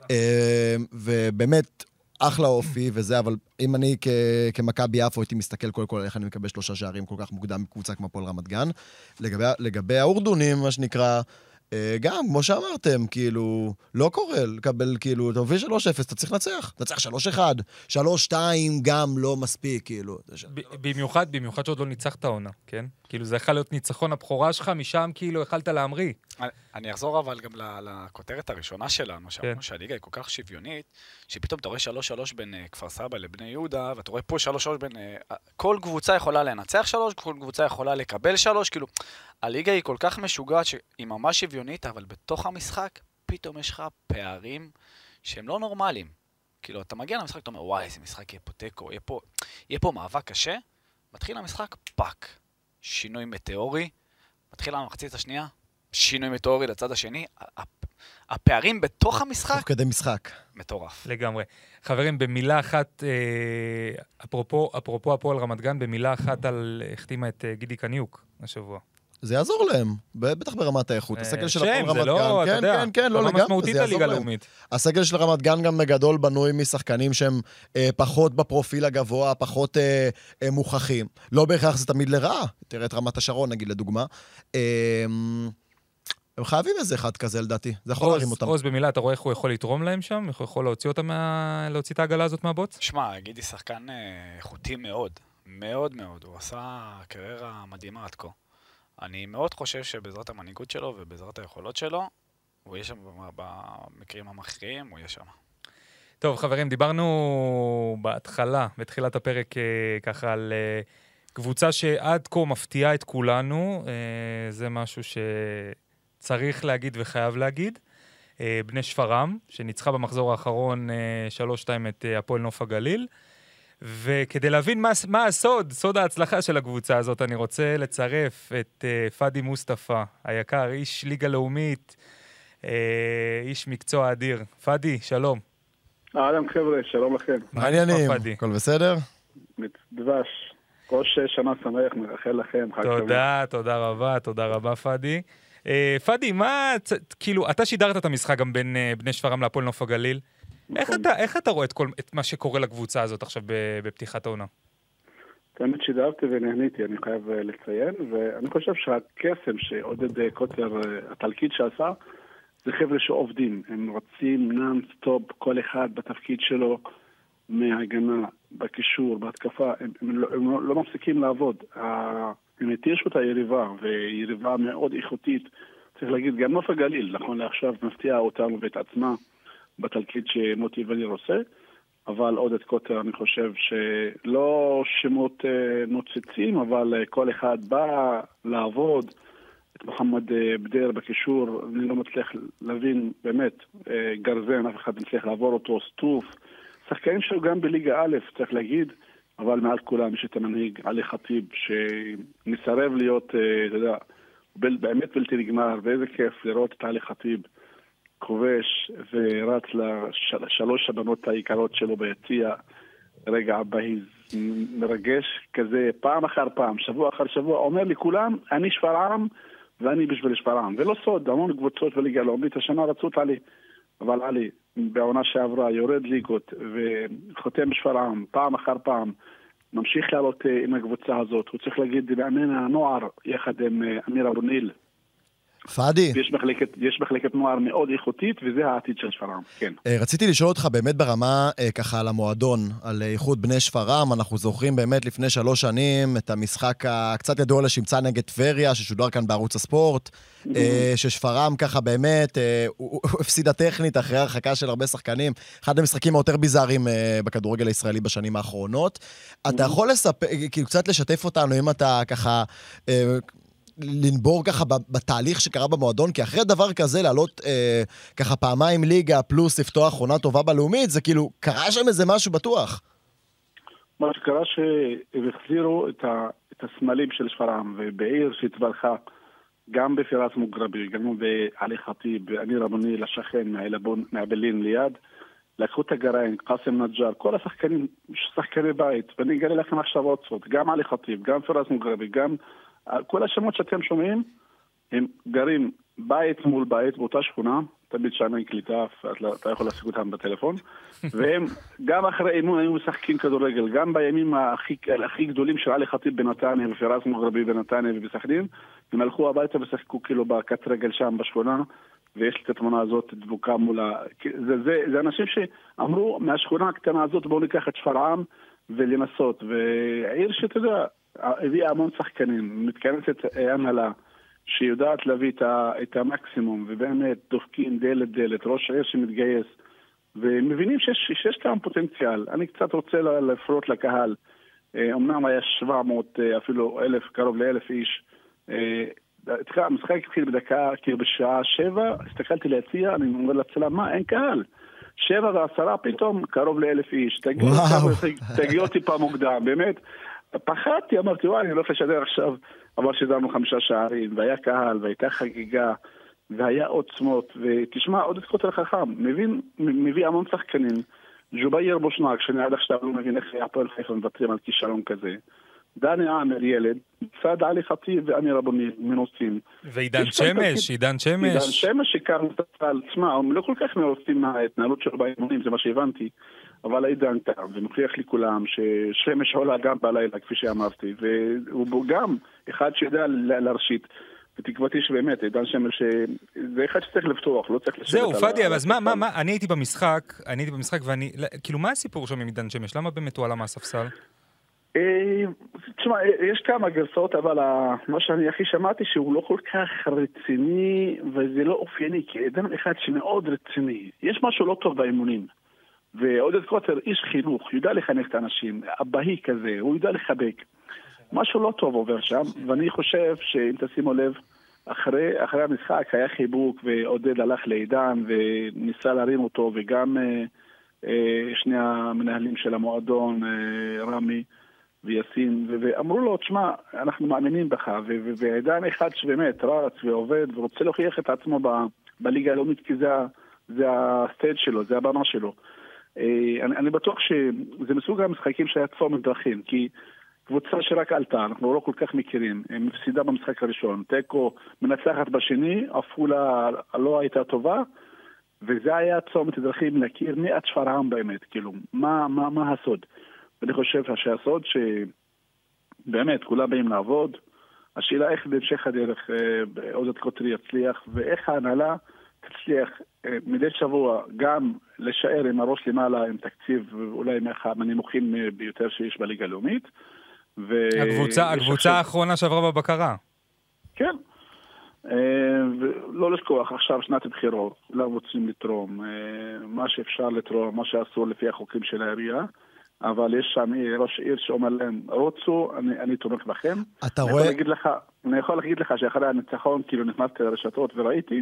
ובאמת, אחלה אופי וזה, אבל אם אני כמכבי יפו הייתי מסתכל קודם כל איך אני מקבל 3 שערים כל כך מוקדם מקבוצה כמו הפועל רמת גן. לגבי האורדונים, מה שנקרא, גם, כמו שאמרתם, כאילו, לא קורה לקבל, כאילו, אתה מוביל 3-0, אתה צריך לנצח. אתה צריך 3-1, 3-2 גם לא מספיק, כאילו. במיוחד שעוד לא ניצחת העונה, כן? כאילו, זה יכול להיות ניצחון הבכורה שלך, משם כאילו יכלת להמריא. אני אחזור אבל גם לכותרת הראשונה שלנו, שאמרנו שהליגה היא כל כך שוויונית, שפתאום אתה רואה 3-3 בין כפר סבא לבני יהודה, ואתה רואה פה 3-3 בין... כל קבוצה יכולה לנצח 3, כל קבוצה יכולה לקבל 3, כאילו, הליגה היא כל כך משוגעת שהיא ממש שוויונית, אבל בתוך המשחק פתאום יש לך פערים שהם לא נורמליים. כאילו, אתה מגיע למשחק, אתה אומר, וואי, איזה משחק יהיה פה טקו, יהיה פה מאבק קשה, מתחיל המשחק, פאק, שינוי מטאורי, מתחיל המחצית השנייה, שינוי מטאורי לצד השני, הפערים בתוך המשחק... תוך כדי משחק. מטורף. לגמרי. חברים, במילה אחת, אפרופו הפועל רמת גן, במילה אחת החתימה את גידי קניוק השבוע. זה יעזור להם, בטח ברמת האיכות. הסגל של הפועל רמת גן, לא, אתה יודע, כן, לא לגמרי, זה יעזור להם. הסגל של רמת גן גם בגדול בנוי משחקנים שהם פחות בפרופיל הגבוה, פחות מוכחים. לא בהכרח זה תמיד לרעה. תראה את רמת השרון, נגיד, לדוגמה. הם חייבים איזה אחד כזה לדעתי, זה יכול להרים אותם. עוז במילה, אתה רואה איך הוא יכול לתרום להם שם? איך הוא יכול להוציא אותם, להוציא את העגלה הזאת מהבוץ? שמע, גידי שחקן איכותי מאוד, מאוד מאוד, הוא עשה קריירה מדהימה עד כה. אני מאוד חושב שבעזרת המנהיגות שלו ובעזרת היכולות שלו, הוא יהיה שם במקרים המכריעים, הוא יהיה שם. טוב, חברים, דיברנו בהתחלה, בתחילת הפרק, ככה על קבוצה שעד כה מפתיעה את כולנו, זה משהו שצריך להגיד וחייב להגיד. בני שפרעם, שניצחה במחזור האחרון 3-2 את הפועל נוף הגליל, וכדי להבין מה הסוד, סוד ההצלחה של הקבוצה הזאת, אני רוצה לצרף את פאדי מוסטפא, היקר, איש ליגה לאומית, איש מקצוע אדיר. פאדי, שלום. אהלן חבר'ה, שלום לכם. מה העניינים? הכל בסדר? דבש. ראש שנה שמח, מאחל לכם. תודה רבה פאדי. פאדי, כאילו, אתה שידרת את המשחק גם בין בני שפרעם להפועל נוף הגליל. איך אתה רואה את מה שקורה לקבוצה הזאת עכשיו בפתיחת העונה? תמיד שידרתי ונהניתי, אני חייב לציין, ואני חושב שהקסם שעודד קוטר, התלקיד שעשה, זה חבר'ה שעובדים, הם רוצים נאנסטופ, כל אחד בתפקיד שלו, מהגנה, בקישור, בהתקפה, הם לא מפסיקים לעבוד. הם התישו את היריבה, ויריבה מאוד איכותית, צריך להגיד, גם נוף הגליל, נכון לעכשיו, מפתיעה אותנו ואת עצמה בתלקיד שמוטי וליר עושה, אבל עודד קוטר, אני חושב שלא שמות נוצצים, אבל כל אחד בא לעבוד, את מוחמד בדיר בקישור, אני לא מצליח להבין באמת, גרזן, אף אחד מצליח לעבור אותו, סטוף, שחקנים שלו גם בליגה א', צריך להגיד, אבל מעל כולם יש את המנהיג עלי חטיב, שנסרב להיות, אתה יודע, באמת בלתי נגמר, ואיזה כיף לראות את עלי חטיב כובש ורץ לשלוש הבנות העיקרות שלו ביציע, רגע בהיז מרגש כזה, פעם אחר פעם, שבוע אחר שבוע, אומר לי כולם, אני שפרעם ואני בשביל שפרעם, ולא סוד, המון קבוצות בליגה לאומית, השנה רצו את עלי, אבל עלי בעונה שעברה יורד ליגות וחותם בשפרעם, פעם אחר פעם, ממשיך לעלות עם הקבוצה הזאת, הוא צריך להגיד, מאמן הנוער יחד עם אמיר אבו ניל, פאדי. יש מחלקת נוער מאוד איכותית, וזה העתיד של שפרעם, כן. רציתי לשאול אותך באמת ברמה ככה על המועדון, על איחוד בני שפרעם, אנחנו זוכרים באמת לפני 3 שנים את המשחק הקצת ידוע לשמצה נגד טבריה, ששודר כאן בערוץ הספורט, ששפרעם ככה באמת, הוא הפסידה טכנית אחרי הרחקה של הרבה שחקנים, אחד המשחקים היותר ביזאריים בכדורגל הישראלי בשנים האחרונות. אתה יכול לספר, כאילו קצת לשתף אותנו, אם אתה ככה לנבור ככה בתהליך שקרה במועדון, כי אחרי דבר כזה לעלות ככה פעמיים ליגה פלוס לפתוח עונה טובה בלאומית, זה כאילו, קרה שם איזה משהו בטוח. מה שקרה שהחזירו את הסמלים של שפרעם, ובעיר שהתברכה גם בפיראס מוגרבי, גם בעלי חטיב, באמיר אבו ניל, השכן מהבלין ליד, לקחו את הגרעין, קאסם נג'אר, כל השחקנים, שחקני בית, ואני אגלה לכם עכשיו עוד סוד, גם עלי חטיב, גם פיראס מוגרבי, גם כל השמות שאתם שומעים, הם גרים בית מול בית באותה שכונה, תמיד שם אין קליטה, אתה יכול להשיג אותם בטלפון, והם גם אחרי אימון היו משחקים כדורגל, גם בימים הכי גדולים של עלי חטיב בנתניה, ופיראס מוגרבי בנתניה ובסכנין, הם הלכו הביתה ושחקו כאילו בקט רגל שם בשכונה, ויש את התמונה הזאת דבוקה מול זה אנשים שאמרו, מהשכונה הקטנה הזאת בואו ניקח את שפרעם ולנסות, והעיר שאתה יודע, הביאה המון שחקנים, מתכנסת הנהלה, שיודעת להביא את המקסימום, ובאמת דופקים דלת, ראש העיר שמתגייס, ומבינים שיש כאן פוטנציאל. אני קצת רוצה לפרוט לקהל, אמנם היה 700, אפילו 1,000, קרוב ל1,000 איש, המשחק התחיל בדקה, כאילו בשעה 7, הסתכלתי להציע, אני אומר לצלם, מה, אין קהל? 7 ו10 פתאום, קרוב ל1,000 איש, תגיעו טיפה מוקדם, באמת, פחדתי, אמרתי, וואי, אני לא לשדר עכשיו, אבל שדרנו 5 שערים, והיה קהל, והייתה חגיגה, והיה עוצמות, ותשמע, עוד את קוטר חכם, מביא המון שחקנים, ג'ובייר בושנק, שאני עד עכשיו לא מבין איך הפועל חיפה מבטרים על כישלון כזה, דני עמר ילד, צד עלי חטיב ואמיר אבו ניל מנוסים. ועידן שמש, עידן שמש שכרנו את הצל, תשמע, הם לא כל כך מרוצים מההתנהלות שלו באימונים, זה מה שהבנתי, אבל עידן קם, ומוכיח לי כולם ששמש עולה גם בלילה, כפי שאמרתי, והוא גם אחד שיודע להרשית. ותקוותי שבאמת, עידן שמש, זה אחד שצריך לפתוח, לא צריך לשבת זהו, פאדי, אז מה, אני הייתי במשחק, ואני, כאילו, מה הסיפור שם עם עידן שמש? למה באמת הוא עלה מהספסל? תשמע, יש כמה גרסאות, אבל מה שאני הכי שמעתי שהוא לא כל כך רציני, וזה לא אופייני, כי עידן אחד שמאוד רציני. יש משהו לא טוב באימונים. ועודד קוטר, איש חינוך, יודע לחנך את האנשים, אבהי כזה, הוא יודע לחבק. משהו לא טוב עובר שם, ואני חושב שאם תשימו לב, אחרי המשחק היה חיבוק, ועודד הלך לעידן, וניסה להרים אותו, וגם שני המנהלים של המועדון, רמי ויסין, ואמרו לו, תשמע, אנחנו מאמינים בך, ועידן אחד שבאמת רץ ועובד, ורוצה להוכיח את עצמו בליגה הלאומית, כי זה הסטייג' שלו, זה הבמה שלו. אני בטוח שזה מסוג המשחקים שהיה צומת דרכים, כי קבוצה שרק עלתה, אנחנו לא כל כך מכירים, מפסידה במשחק הראשון, טקו מנצחת בשני, עפולה לא הייתה טובה, וזה היה צומת דרכים להכיר מי את שפרעם באמת, כאילו, מה הסוד? ואני חושב שהסוד שבאמת כולם באים לעבוד, השאלה איך בהמשך הדרך עודד קוטר יצליח, ואיך ההנהלה תצליח מדי שבוע גם לשאר עם הראש למעלה, עם תקציב אולי מהנמוכים ביותר שיש בליגה הלאומית. הקבוצה האחרונה שעברה בבקרה. כן. ולא לשכוח, עכשיו שנת בחירות, לא רוצים לתרום, מה שאפשר לתרום, מה שאסור לפי החוקים של העירייה, אבל יש שם ראש עיר שאומר להם, רוצו, אני תומך בכם. אתה רואה? אני יכול להגיד לך שאחרי הניצחון, כאילו נכנסתי לרשתות וראיתי,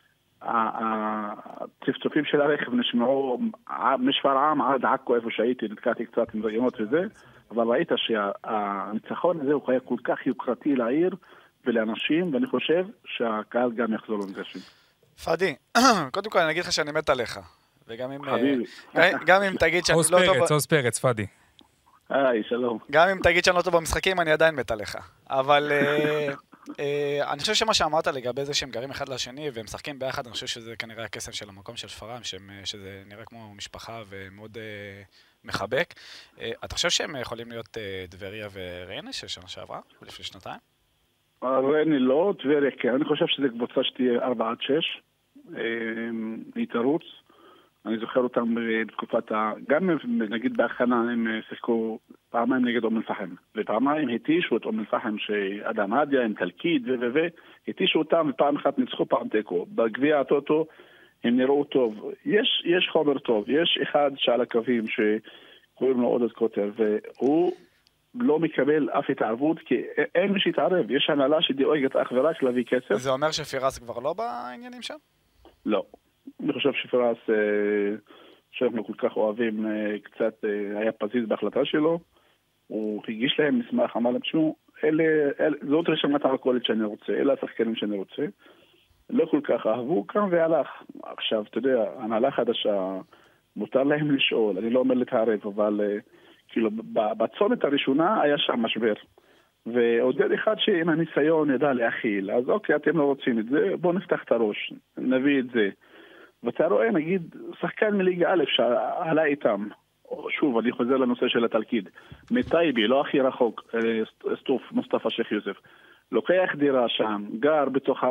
הצפצופים של הרכב נשמעו משפרעם עד עכו איפה שהייתי, נתקעתי קצת עם רעיונות וזה, אבל ראית שהניצחון הזה הוא היה כל כך יוקרתי לעיר ולאנשים, ואני חושב שהקהל גם יחזור למגרשים. פאדי, קודם כל אני אגיד לך שאני מת עליך, וגם אם... חביבי. גם אם תגיד שאני לא טוב... עוז פרץ, פאדי. היי, שלום. גם אם תגיד שאני לא טוב במשחקים, אני עדיין מת עליך. אבל אני חושב שמה שאמרת לגבי זה שהם גרים אחד לשני והם משחקים ביחד, אני חושב שזה כנראה הקסם של המקום של שפרעם, שזה נראה כמו משפחה ומאוד מחבק. אתה חושב שהם יכולים להיות דבריה וריינה ששנה שעברה, לפני שנתיים? ריינה לא, דבריה כן. אני חושב שזה קבוצה שתהיה 4-6. היא תרוץ. אני זוכר אותם בתקופת גם נגיד בהכנה הם שיחקו פעמיים נגד אום אל-פחם, ופעמיים התישו את אום אל-פחם שאדם הדיה עם תלקיד התישו אותם ופעם אחת ניצחו פעם תיקו. בגביע הטוטו הם נראו טוב. יש חומר טוב. יש אחד שעל הקווים שקוראים לו עודד קוטר, והוא לא מקבל אף התערבות, כי אין מי שיתערב. יש הנהלה שדואגת אך ורק להביא כסף. זה אומר שפירס כבר לא בעניינים שם? לא. אני חושב שפירס, שאנחנו כל כך אוהבים, קצת היה פזיז בהחלטה שלו. הוא הגיש להם מסמך, אמר להם, תשמעו, זאת רשימת הקולית שאני רוצה, אלה השחקנים שאני רוצה. לא כל כך אהבו, קם והלך. עכשיו, אתה יודע, הנהלה חדשה, מותר להם לשאול, אני לא אומר להתערב, אבל כאילו, בצומת הראשונה היה שם משבר. ועודד אחד שעם הניסיון ידע להכיל, אז אוקיי, אתם לא רוצים את זה, בואו נפתח את הראש, נביא את זה. ואתה רואה, נגיד, שחקן מליגה א' שעלה איתם, שוב, אני חוזר לנושא של התלקיד, מטייבי, לא הכי רחוק, סטוף, מוסטפא שייח יוסף, לוקח דירה שם, גר בתוך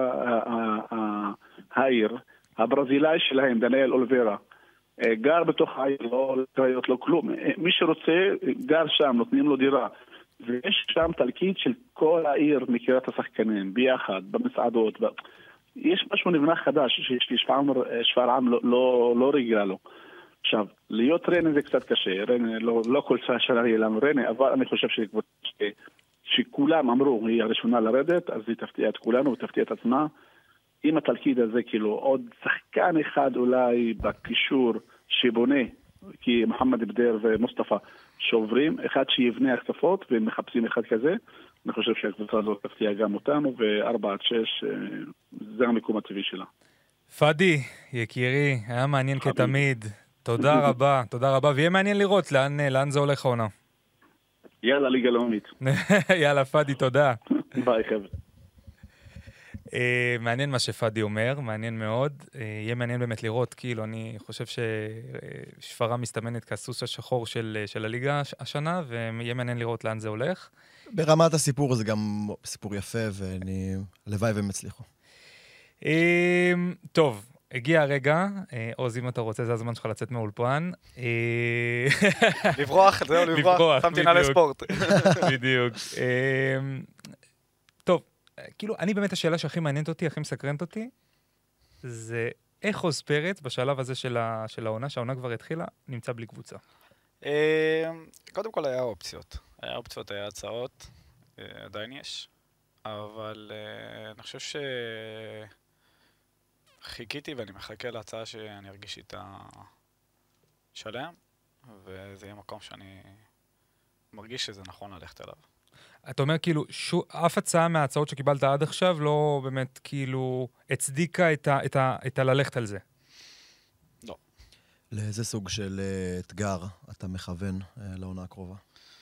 העיר, הברזילאי שלהם, דניאל אולברה, גר בתוך העיר, לא קריות, לא כלום. מי שרוצה, גר שם, נותנים לו דירה. ויש שם תלקיד של כל העיר מכירה את השחקנים, ביחד, במסעדות. יש משהו נבנה חדש, שפרעם לא רגילה לו. עכשיו, להיות ריינה זה קצת קשה, ריינה לא כל שנה יהיה לנו ריינה, אבל אני חושב שכולם אמרו, היא הראשונה לרדת, אז היא תפתיע את כולנו ותפתיע את עצמה. עם התלקיד הזה, כאילו, עוד שחקן אחד אולי בקישור שבונה, כי מוחמד בדיר ומוסטפא שוברים, אחד שיבנה הכתפות ומחפשים אחד כזה. אני חושב שהקבוצה הזאת תפתיע גם אותנו, ו4-6 זה המקום הטבעי שלה. פאדי, יקירי, היה מעניין כתמיד. תודה רבה, תודה רבה, ויהיה מעניין לראות לאן זה הולך העונה. יאללה, ליגה לאומית. יאללה, פאדי, תודה. ביי, חבר'ה. מעניין מה שפאדי אומר, מעניין מאוד. יהיה מעניין באמת לראות, כאילו, אני חושב ששפרעם מסתמנת כסוס השחור של הליגה השנה, ויהיה מעניין לראות לאן זה הולך. ברמת הסיפור זה גם סיפור יפה, הלוואי והם הצליחו. טוב, הגיע הרגע, עוז, אם אתה רוצה, זה הזמן שלך לצאת מהאולפן. לברוח, זהו, לברוח, שמתי נעלי ספורט. בדיוק. טוב, כאילו, אני באמת השאלה שהכי מעניינת אותי, הכי מסקרנת אותי, זה איך עוז פרץ בשלב הזה של העונה, שהעונה כבר התחילה, נמצא בלי קבוצה. קודם כל היה אופציות. היה הצעות, עדיין יש, אבל אני חושב חיכיתי ואני מחכה להצעה שאני ארגיש איתה שלם, וזה יהיה מקום שאני מרגיש שזה נכון ללכת אליו. אתה אומר כאילו, אף הצעה מההצעות שקיבלת עד עכשיו לא באמת כאילו הצדיקה את הללכת על זה? לא. לאיזה סוג של אתגר אתה מכוון לעונה הקרובה?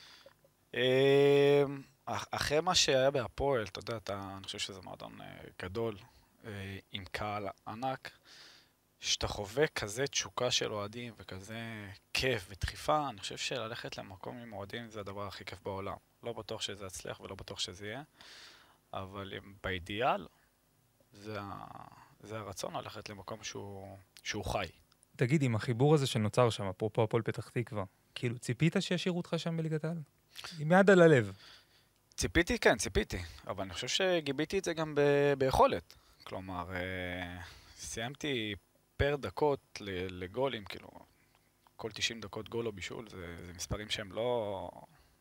אחרי מה שהיה בהפועל, אתה יודע, אני חושב שזה מועדון גדול, עם קהל ענק, שאתה חווה כזה תשוקה של אוהדים וכזה כיף ודחיפה, אני חושב שללכת למקום עם אוהדים זה הדבר הכי כיף בעולם. לא בטוח שזה יצליח ולא בטוח שזה יהיה, אבל באידיאל זה הרצון ללכת למקום שהוא חי. תגיד, עם החיבור הזה שנוצר שם, אפרופו הפועל פתח תקווה, כאילו ציפית שישאירו אותך שם בליגת העל? עם יד על הלב. ציפיתי, כן, ציפיתי, אבל אני חושב שגיביתי את זה גם ביכולת. כלומר, סיימתי פר דקות לגולים, כאילו, כל 90 דקות גול או בישול, זה מספרים שהם לא...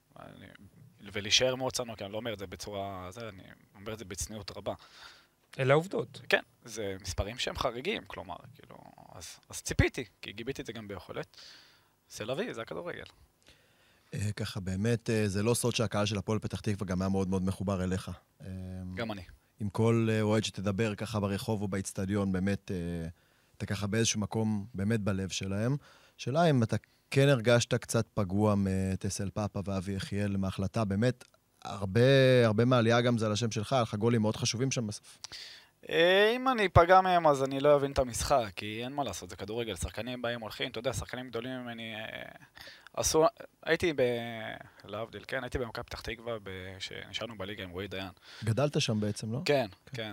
ולהישאר מאוד צנוע, כי אני לא אומר את זה בצורה... אני אומר את זה בצניעות רבה. אלה העובדות. כן, זה מספרים שהם חריגים, כלומר, כאילו... אז ציפיתי, כי גיביתי את זה גם ביכולת. זה להביא, זה הכדורגל. ככה, באמת, זה לא סוד שהקהל של הפועל פתח תקווה גם היה מאוד מאוד מחובר אליך. גם אני. עם כל אוהד שתדבר ככה ברחוב או באצטדיון, באמת, אתה ככה באיזשהו מקום באמת בלב שלהם. שאלה אם אתה כן הרגשת קצת פגוע מטסל פאפה ואבי יחיאל מההחלטה, באמת, הרבה מהעלייה גם זה על השם שלך, על לך גולים מאוד חשובים שם בסוף. אם אני אפגע מהם, אז אני לא אבין את המשחק, כי אין מה לעשות, זה כדורגל, שחקנים באים הולכים, אתה יודע, שחקנים גדולים ממני, הייתי להבדיל, כן, הייתי במכבי פתח תקווה, שנשארנו בליגה עם רועי דיין. גדלת שם בעצם, לא? כן, כן.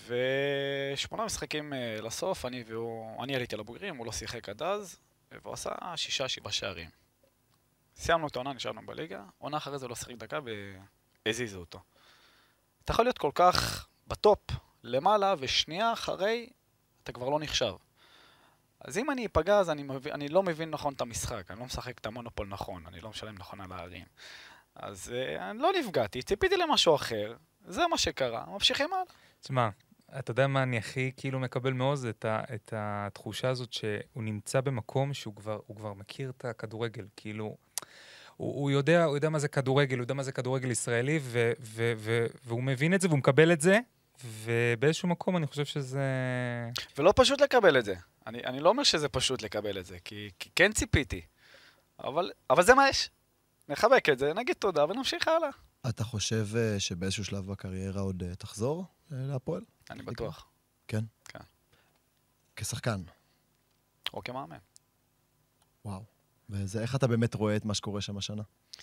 ו8 משחקים לסוף, אני עליתי לבוגרים, הוא לא שיחק עד אז, והוא עשה 6-7 שערים. סיימנו את העונה, נשארנו בליגה, עונה אחרי זה לא שיחק דקה והזיזו אותו. אתה יכול להיות כל כך בטופ, למעלה, ושנייה אחרי, אתה כבר לא נחשב. אז אם אני אפגע, אז אני לא מבין נכון את המשחק, אני לא משחק את המונופול נכון, אני לא משלם נכון על הערים. אז אני לא נפגעתי, ציפיתי למשהו אחר, זה מה שקרה, ממשיכים הלאה. תשמע, אתה יודע מה אני הכי כאילו מקבל מעוז? את התחושה הזאת שהוא נמצא במקום שהוא כבר מכיר את הכדורגל, כאילו... הוא יודע מה זה כדורגל, הוא יודע מה זה כדורגל ישראלי, והוא מבין את זה, והוא מקבל את זה, ובאיזשהו מקום אני חושב שזה... ולא פשוט לקבל את זה. אני לא אומר שזה פשוט לקבל את זה, כי כן ציפיתי. אבל זה מה יש. נחבק את זה, נגיד תודה ונמשיך הלאה. אתה חושב שבאיזשהו שלב בקריירה עוד תחזור להפועל? אני בטוח. כן? כן. כשחקן? או כמאמן. וואו. וזה, איך אתה באמת רואה את מה שקורה שם השנה?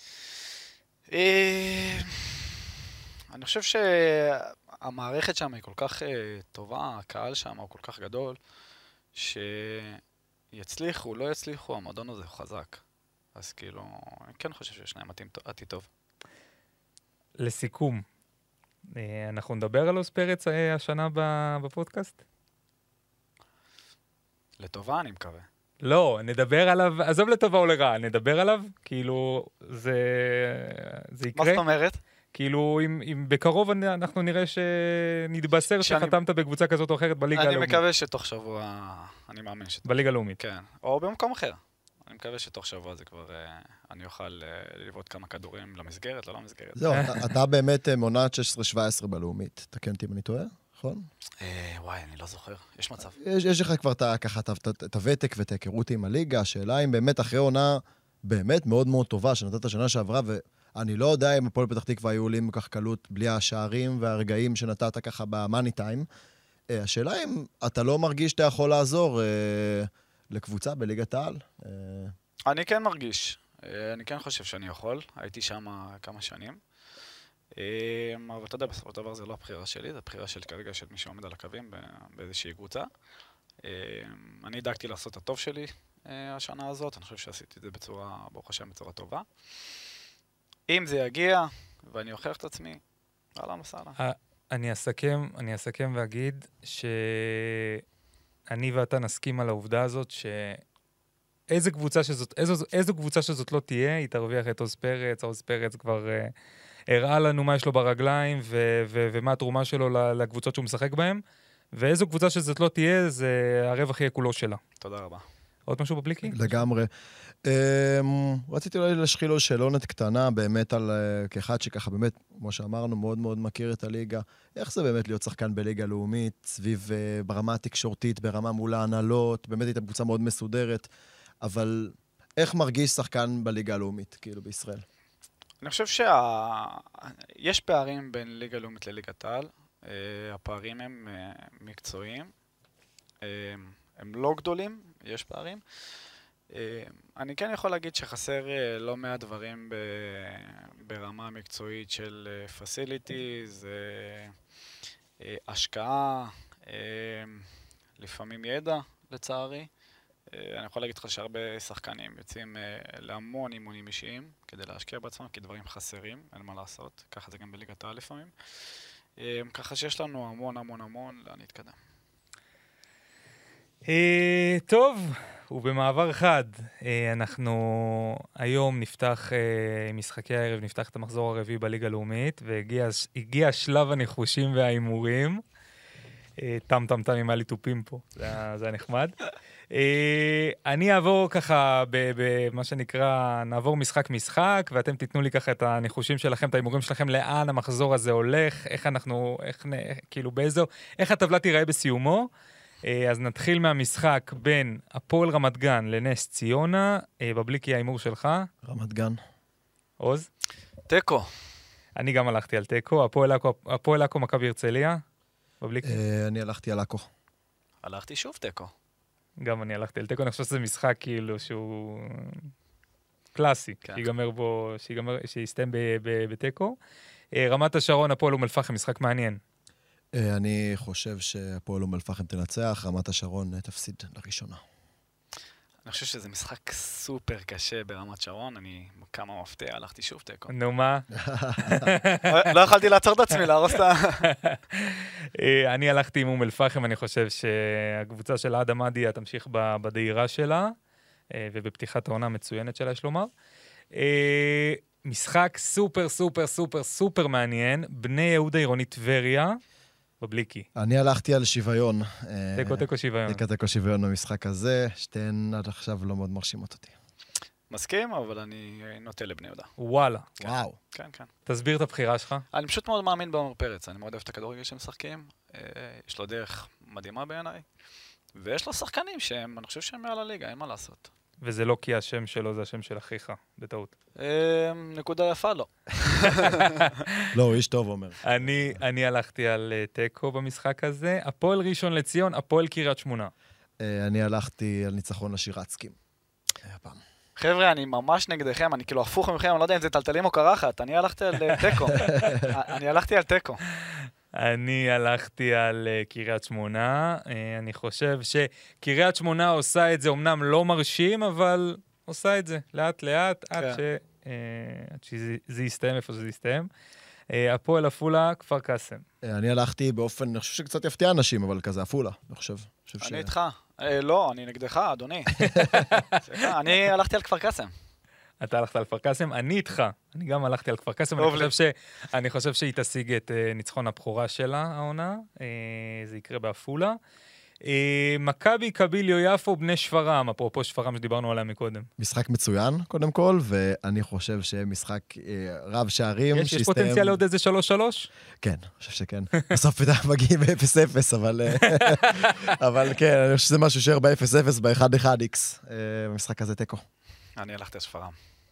אני חושב שהמערכת שם היא כל כך טובה, הקהל שם הוא כל כך גדול, שיצליחו, לא יצליחו, המועדון הזה הוא חזק. אז כאילו, אני כן חושב שיש להם עתיד טוב. לסיכום, אנחנו נדבר על עוז פרץ השנה בפודקאסט? לטובה, אני מקווה. לא, נדבר עליו, עזוב לטובה או לרע, נדבר עליו, כאילו, זה יקרה. מה זאת אומרת? כאילו, אם בקרוב אנחנו נראה שנתבשר שחתמת בקבוצה כזאת או אחרת בליגה הלאומית. אני מקווה שתוך שבוע, אני מאמין שתוך... בליגה הלאומית. כן, או במקום אחר. אני מקווה שתוך שבוע זה כבר, אני אוכל לבעוט כמה כדורים למסגרת, לא למסגרת. זהו, אתה באמת מעונת 16-17 בלאומית, תקן אותי אם אני טועה, נכון? וואי, אני לא זוכר, יש מצב. יש לך כבר ככה את הוותק ואת ההיכרות עם הליגה, השאלה אם באמת אחרי עונה באמת מאוד מאוד טובה, שנתת השנה שעברה, אני לא יודע אם הפועל פתח תקווה היו עולים כך קלות בלי השערים והרגעים שנתת ככה במאני טיים. השאלה אם אתה לא מרגיש שאתה יכול לעזור לקבוצה בליגת העל? אני כן מרגיש. אני כן חושב שאני יכול. הייתי שם כמה שנים. אבל אתה יודע, בסופו של דבר זה לא הבחירה שלי, זה הבחירה של כרגע של מי שעומד על הקווים באיזושהי קבוצה. אני דאגתי לעשות את הטוב שלי השנה הזאת, אני חושב שעשיתי את זה בצורה, ברוך השם, בצורה טובה. אם זה יגיע, ואני אוכיח את עצמי, אהלן וסהלן. אני אסכם ואגיד שאני ואתה נסכים על העובדה הזאת איזו קבוצה שזאת לא תהיה, היא תרוויח את עוז פרץ. עוז פרץ כבר הראה לנו מה יש לו ברגליים ומה התרומה שלו לקבוצות שהוא משחק בהן, ואיזו קבוצה שזאת לא תהיה, זה הרווח יהיה כולו שלה. תודה רבה. עוד משהו בבליקי? לגמרי. רציתי אולי להשחיל לו שאלונת קטנה, באמת על כאחד שככה באמת, כמו שאמרנו, מאוד מאוד מכיר את הליגה. איך זה באמת להיות שחקן בליגה לאומית, סביב ברמה התקשורתית, ברמה מול ההנהלות, באמת הייתה קבוצה מאוד מסודרת, אבל איך מרגיש שחקן בליגה הלאומית, כאילו בישראל? אני חושב שיש פערים בין ליגה לאומית לליגת העל. הפערים הם מקצועיים. הם לא גדולים, יש פערים. אני כן יכול להגיד שחסר לא מעט דברים ברמה המקצועית של facilities, השקעה, לפעמים ידע, לצערי. אני יכול להגיד לך שהרבה שחקנים יוצאים להמון אימונים אישיים כדי להשקיע בעצמם, כי דברים חסרים, אין מה לעשות. ככה זה גם בליגת העל לפעמים. ככה שיש לנו המון המון המון לאן להתקדם. טוב, ובמעבר חד, אנחנו היום נפתח משחקי הערב, נפתח את המחזור הרביעי בליגה הלאומית, והגיע שלב הניחושים והאימורים. טם עם הליטופים פה, זה היה נחמד. אני אעבור ככה, במה שנקרא, נעבור משחק, ואתם תיתנו לי ככה את הניחושים שלכם, את האימורים שלכם, לאן המחזור הזה הולך, איך הטבלה תיראה בסיומו. אז נתחיל מהמשחק בין הפועל רמת גן לנס ציונה. בבליקי, האימור שלך? רמת גן. עוז? תיקו. אני גם הלכתי על תיקו. הפועל עכו מכבי הרצליה? בבליקי? אני הלכתי על עכו. הלכתי שוב תיקו. גם אני הלכתי על תיקו. אני חושב שזה משחק כאילו שהוא קלאסי, שיסתיים בתיקו. רמת השרון, הפועל אום אל-פחם, משחק מעניין. אני חושב שהפועל אום אל-פחם תנצח, רמת השרון תפסיד לראשונה. אני חושב שזה משחק סופר קשה ברמת שרון, אני כמה מפתיע, הלכתי שוב תיקו. נו מה? לא יכלתי לעצור את עצמי, להרוס את ה... אני הלכתי עם אום אל-פחם, אני חושב שהקבוצה של עדה מדיה תמשיך בדהירה שלה, ובפתיחת העונה המצוינת שלה, יש לומר. משחק סופר סופר סופר סופר מעניין, בני יהודה עירוני טבריה, בבליקי. אני הלכתי על שוויון. תיקו שוויון. תיקו שוויון במשחק הזה, שתיהן עד עכשיו לא מאוד מרשימות אותי. מסכים, אבל אני נוטה לבני יהודה. וואלה. וואו. כן, כן. תסביר את הבחירה שלך. אני פשוט מאוד מאמין בעומר פרץ, אני מאוד אוהב את הכדורגל שהם משחקים, יש לו דרך מדהימה בעיניי, ויש לו שחקנים שהם, אני חושב שהם מעל הליגה, אין מה לעשות. וזה לא כי השם שלו, זה השם של אחיך, בטעות. נקודה יפה, לא. לא, הוא איש טוב, אומר. אני הלכתי על תיקו במשחק הזה. הפועל ראשון לציון, הפועל קריית שמונה. אני הלכתי על ניצחון לשירצקים. הפעם. חבר'ה, אני ממש נגדכם, אני כאילו הפוך ממכם, אני לא יודע אם זה טלטלים או קרחת, אני הלכתי על תיקו. אני הלכתי על קריית שמונה. אני חושב שקריית שמונה עושה את זה, אמנם לא מרשים, אבל עושה את זה לאט לאט, עד שזה יסתיים איפה שזה יסתיים. הפועל עפולה, כפר קאסם. אני הלכתי באופן, אני חושב שקצת יפתיע אנשים, אבל כזה עפולה, אני חושב. אני איתך. לא, אני נגדך, אדוני. אני הלכתי על כפר קאסם. אתה הלכת על כפר קאסם, אני איתך. אני גם הלכתי על כפר קאסם, אני חושב שהיא תשיג את ניצחון הבכורה שלה, העונה. זה יקרה בעפולה. מכבי קביליו יפו בני שפרעם, אפרופו שפרעם שדיברנו עליה מקודם. משחק מצוין, קודם כל, ואני חושב שמשחק רב שערים. יש פוטנציאל לעוד איזה 3-3? כן, אני חושב שכן. בסוף מגיעים ב-0-0, אבל כן, אני חושב שזה משהו שער ב-0-0, ב-1-1X, במשחק הזה תיקו. אני הלכתי על שפרעם.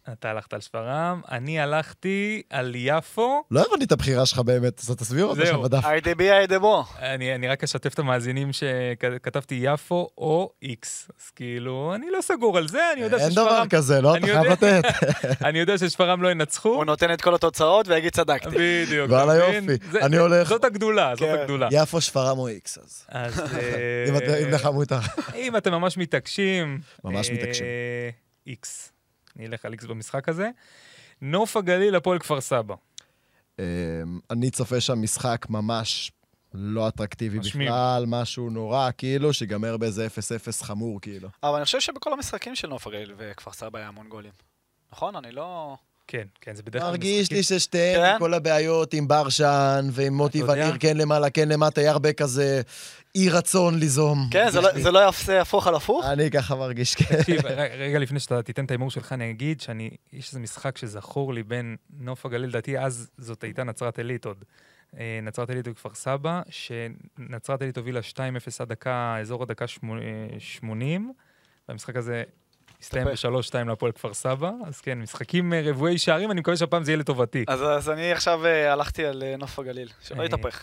אתה הלכת על שפרעם, אני הלכתי על יפו. לא הבנתי את הבחירה שלך באמת, אז תסביר אותה שם בדף. הייתי בי, הייתי בו. אני רק אשתף את המאזינים שכתבתי יפו או איקס. אז כאילו, אני לא סגור על זה, אני יודע אין ששפרעם... דבר כזה, לא? אתה חייב לתת. אני יודע ששפרעם לא ינצחו. הוא נותן את כל התוצאות ויגיד צדקתי. בדיוק. ועל היופי, אני הולך... זאת הגדולה, זאת הגדולה. יפו, שפרעם או איקס, אז. אם לך מותר. אם אתם ממש מתעקשים... ממש מתעקשים. איקס. אני אלך על איקס במשחק הזה. נוף הגליל, הפועל כפר סבא. אני צופה שם משחק ממש לא אטרקטיבי בכלל, משהו נורא, כאילו, שיגמר באיזה 0-0 חמור, כאילו. אבל אני חושב שבכל המשחקים של נוף הגליל וכפר סבא היה המון גולים. נכון? אני לא... כן, זה בדרך כלל מרגיש לי ששתיהם, כל הבעיות עם ברשן ועם מוטי וניר, כן למעלה, כן למטה, היה הרבה כזה אי רצון ליזום. כן, זה לא יהפוך על הפוך? אני ככה מרגיש, כן. תקשיב, רגע לפני שאתה תיתן את האימור שלך, אני אגיד שיש איזה משחק שזכור לי בין נוף הגליל, דעתי אז זאת הייתה נצרת עילית עוד. נצרת עילית וכפר סבא, שנצרת עילית הובילה 2-0 עד דקה, אזור הדקה 80, והמשחק הזה הסתיים ב-3-2 להפועל כפר סבא, אז כן, משחקים רבועי שערים, אני מקווה שהפעם זה יהיה לטובתי. אז אני עכשיו הלכתי על נוף הגליל, שלא יתהפך.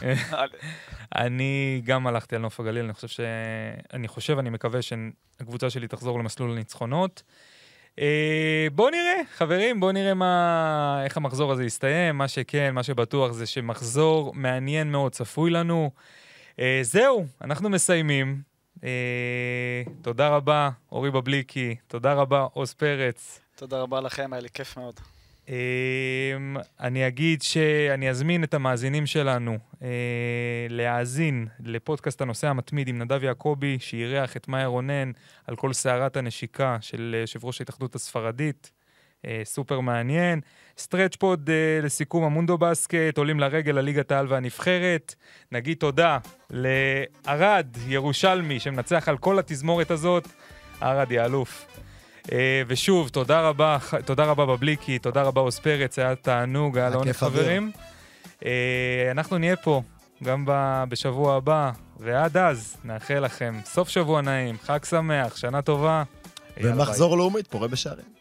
אני גם הלכתי על נוף הגליל, אני מקווה שהקבוצה שלי תחזור למסלול הניצחונות. בואו נראה, חברים, בואו נראה איך המחזור הזה יסתיים, מה שכן, מה שבטוח זה שמחזור מעניין מאוד צפוי לנו. זהו, אנחנו מסיימים. תודה רבה, אורי בבליקי, תודה רבה, עוז פרץ. תודה רבה לכם, היה לי כיף מאוד. אני אגיד שאני אזמין את המאזינים שלנו להאזין לפודקאסט הנושא המתמיד עם נדב יעקבי, שירח את מאיה רונן על כל סערת הנשיקה של יושב ראש ההתאחדות הספרדית. סופר מעניין. סטרץ' פוד לסיכום המונדו בסקט, עולים לרגל לליגת העל והנבחרת. נגיד תודה לארד ירושלמי שמנצח על כל התזמורת הזאת. ארד יאלוף. ושוב, תודה רבה בבליקי, תודה רבה עוז פרץ, היה תענוג, היה לעונג חברים. אנחנו נהיה פה גם בשבוע הבא, ועד אז נאחל לכם סוף שבוע נעים, חג שמח, שנה טובה. ומחזור לאומית, פורה בשערים.